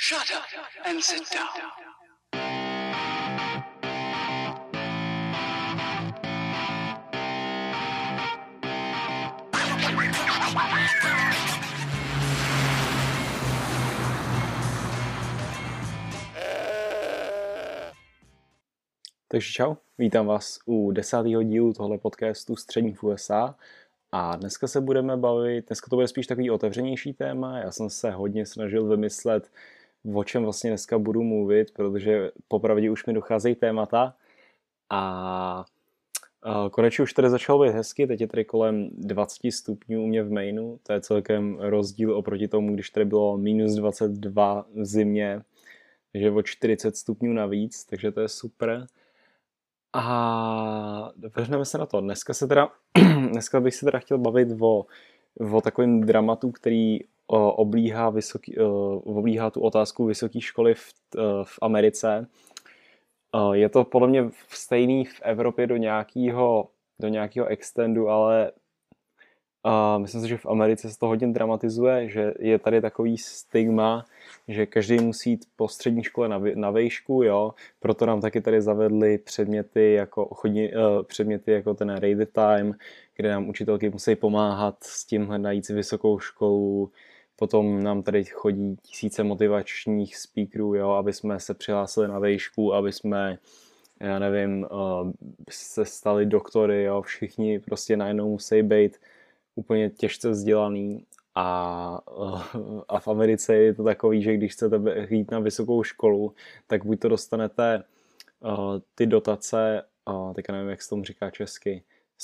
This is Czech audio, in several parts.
Shut up and sit down. Takže čau, vítám vás u 10. dílu tohle podcastu Střední v USA a dneska to bude spíš takový otevřenější téma. Já jsem se hodně snažil vymyslet, o čem vlastně dneska budu mluvit, protože popravdě už mi docházejí témata a konečně už tady začalo být hezky, teď je tady kolem 20 stupňů u mě v Mainu, to je celkem rozdíl oproti tomu, když tady bylo minus 22 v zimě, takže o 40 stupňů navíc, takže to je super. A vrhneme se na to. Dneska bych se teda chtěl bavit o takovém dramatu, který oblíhá tu otázku vysoké školy v Americe. Je to podle mě stejný v Evropě do nějakého extendu, ale myslím si, že v Americe se to hodně dramatizuje, že je tady takový stigma, že každý musí jít po střední škole na vejšku, jo. Proto nám taky tady zavedli předměty jako ten Read the Time, kde nám učitelky musí pomáhat s tím najít si vysokou školu. Potom nám tady chodí tisíce motivačních speakerů, jo, aby jsme se přihlásili na vejšku, aby jsme, já nevím, se stali doktory, jo. Všichni prostě najednou musí být úplně těžce vzdělaný a v Americe je to takový, že když chcete jít na vysokou školu, tak buď to dostanete ty dotace, teďka nevím, jak se tomu říká česky,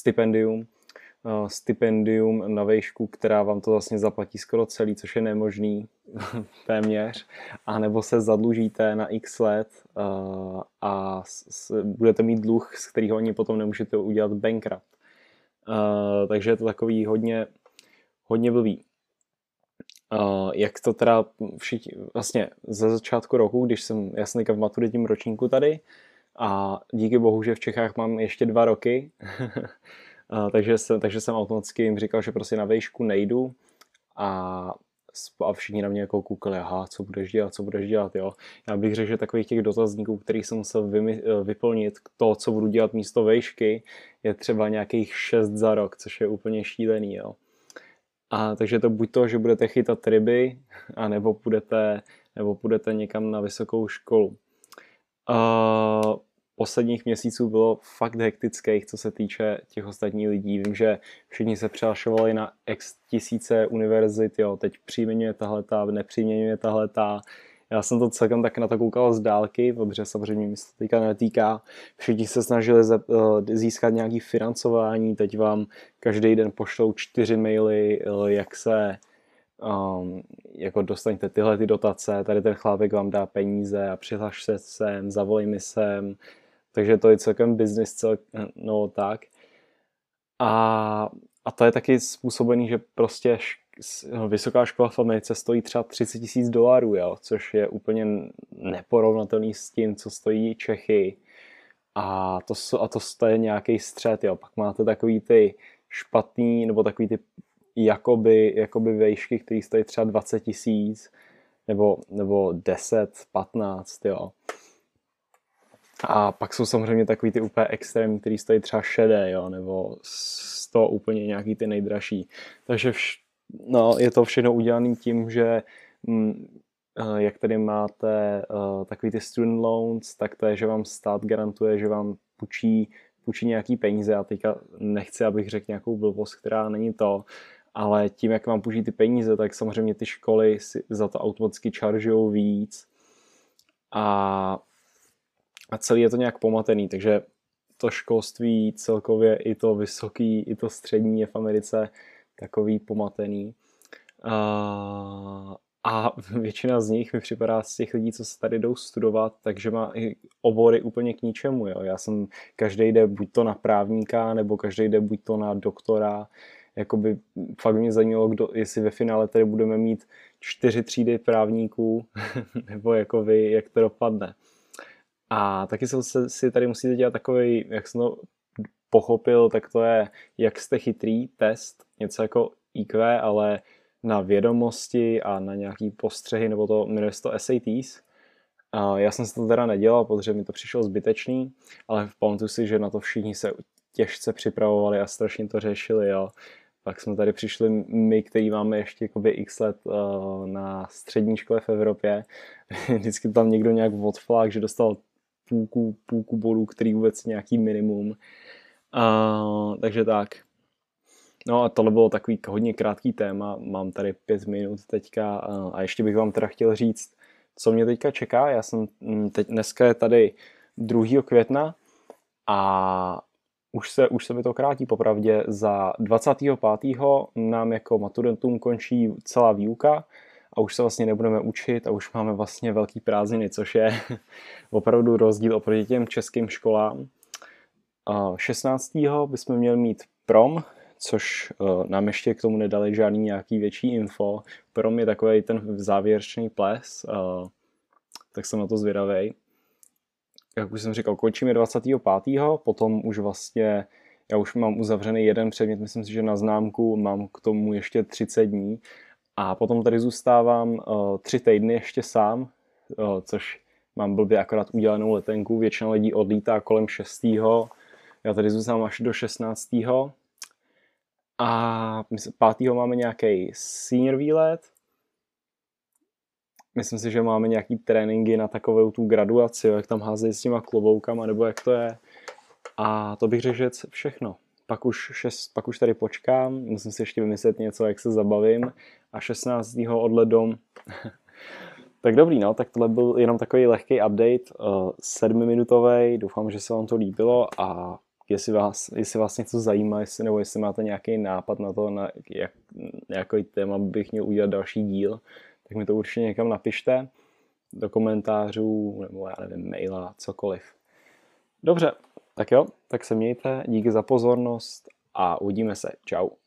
stipendium na vejšku, která vám to vlastně zaplatí skoro celý, což je nemožný téměř, a nebo se zadlužíte na x let a budete mít dluh, z kterého ani potom nemůžete udělat bankrupt. Takže je to takový hodně blbý. Jak to teda vlastně ze začátku roku, když jsem v maturitním ročníku tady a díky bohu, že v Čechách mám ještě 2 roky, takže jsem automaticky jim říkal, že prostě na vejšku nejdu a všichni na mě jako koukali, aha, co budeš dělat, jo. Já bych řekl, že takových těch dotazníků, kterých jsem musel vyplnit, to, co budu dělat místo vejšky, je třeba nějakých 6 za rok, což je úplně šílený, jo. A takže to buď to, že budete chytat ryby, anebo půjdete někam na vysokou školu. Posledních měsíců bylo fakt hektických, co se týče těch ostatních lidí. Vím, že všichni se přihlašovali na x tisíce univerzit, jo, teď příjmeňuje tahleta, nepříjmeňuje tahleta. Já jsem to celkem tak na to koukal z dálky, protože samozřejmě mi se to teďka netýká. Všichni se snažili získat nějaké financování, teď vám každý den pošlou 4 maily, jak se jako dostaňte tyhle ty dotace, tady ten chlápek vám dá peníze a přihlaš se sem, zavolej mi sem. Takže to je celkem business, tak. A to je taky způsobený, že prostě vysoká škola v Americe stojí třeba $30,000, jo, což je úplně neporovnatelný s tím, co stojí Čechy. A to je nějaký střed, jo. Pak máte takový ty špatný, nebo takový ty jakoby vejšky, který stojí třeba 20,000 nebo 10, 15, jo. A pak jsou samozřejmě takový ty úplně extrémní, který stojí třeba 60, jo, nebo 100 úplně nějaký ty nejdražší. Takže je to všechno udělané tím, že jak tady máte takový ty student loans, tak to je, že vám stát garantuje, že vám půjčí nějaký peníze. Já teďka nechci, abych řekl nějakou blbost, která není to, ale tím, jak vám půjčí ty peníze, tak samozřejmě ty školy si za to automaticky čaržujou víc a celý je to nějak pomatený, takže to školství celkově i to vysoký, i to střední je v Americe takový pomatený. A většina z nich mi připadá z těch lidí, co se tady jdou studovat, takže má i obory úplně k ničemu. Jo. Já jsem každý jde buď to na právníka, nebo každý jde buď to na doktora. Jakoby fakt mě zajímalo, jestli ve finále tady budeme mít 4 třídy právníků, nebo jakoby, jak to dopadne. A taky si tady musíte dělat takový, jak jsem to pochopil, tak to je, jak jste chytrý test, něco jako IQ, ale na vědomosti a na nějaký postřehy, nebo to jmenuje se to SATs. Já jsem si to teda nedělal, protože mi to přišlo zbytečný, ale pamatuju si, že na to všichni se těžce připravovali a strašně to řešili, jo. Pak jsme tady přišli my, který máme ještě jakoby x let na střední škole v Evropě. Vždycky tam někdo nějak odflák, že dostal půlku bodů, který vůbec nějaký minimum. Takže tak. No a tohle bylo takový hodně krátký téma, mám tady 5 minut teďka a ještě bych vám teda chtěl říct, co mě teďka čeká. Já jsem dneska je tady 2. května a už se mi to krátí popravdě. Za 25. nám jako maturantům končí celá výuka a už se vlastně nebudeme učit a už máme vlastně velký prázdniny, což je opravdu rozdíl oproti těm českým školám. 16. bychom měli mít prom, což nám ještě k tomu nedali žádný nějaký větší info. Prom je takový ten závěrečný ples, tak jsem na to zvědavej. Jak už jsem říkal, končíme 25. Potom už vlastně, já už mám uzavřený jeden předmět, myslím si, že na známku mám k tomu ještě 30 dní. A potom tady zůstávám 3 týdny ještě sám, což mám blbě akorát udělanou letenku. Většina lidí odlítá kolem 6. Já tady zůstávám až do 16. A 5. máme nějaký senior výlet. Myslím si, že máme nějaký tréninky na takovou tu graduaci, jak tam házejí s těma kloboukama, nebo jak to je. A to bych řekl, že všechno. Pak už tady počkám, musím si ještě vymyslet něco, jak se zabavím. A 16. odlet dom. Tak dobrý, no, tak tohle byl jenom takový lehký update, 7minutový. Doufám, že se vám to líbilo a jestli vás něco zajímá, nebo jestli máte nějaký nápad na to, na jaký téma bych měl udělat další díl, tak mi to určitě někam napište do komentářů, nebo já nevím, maila, cokoliv. Dobře, tak jo, tak se mějte, díky za pozornost a uvidíme se. Čau.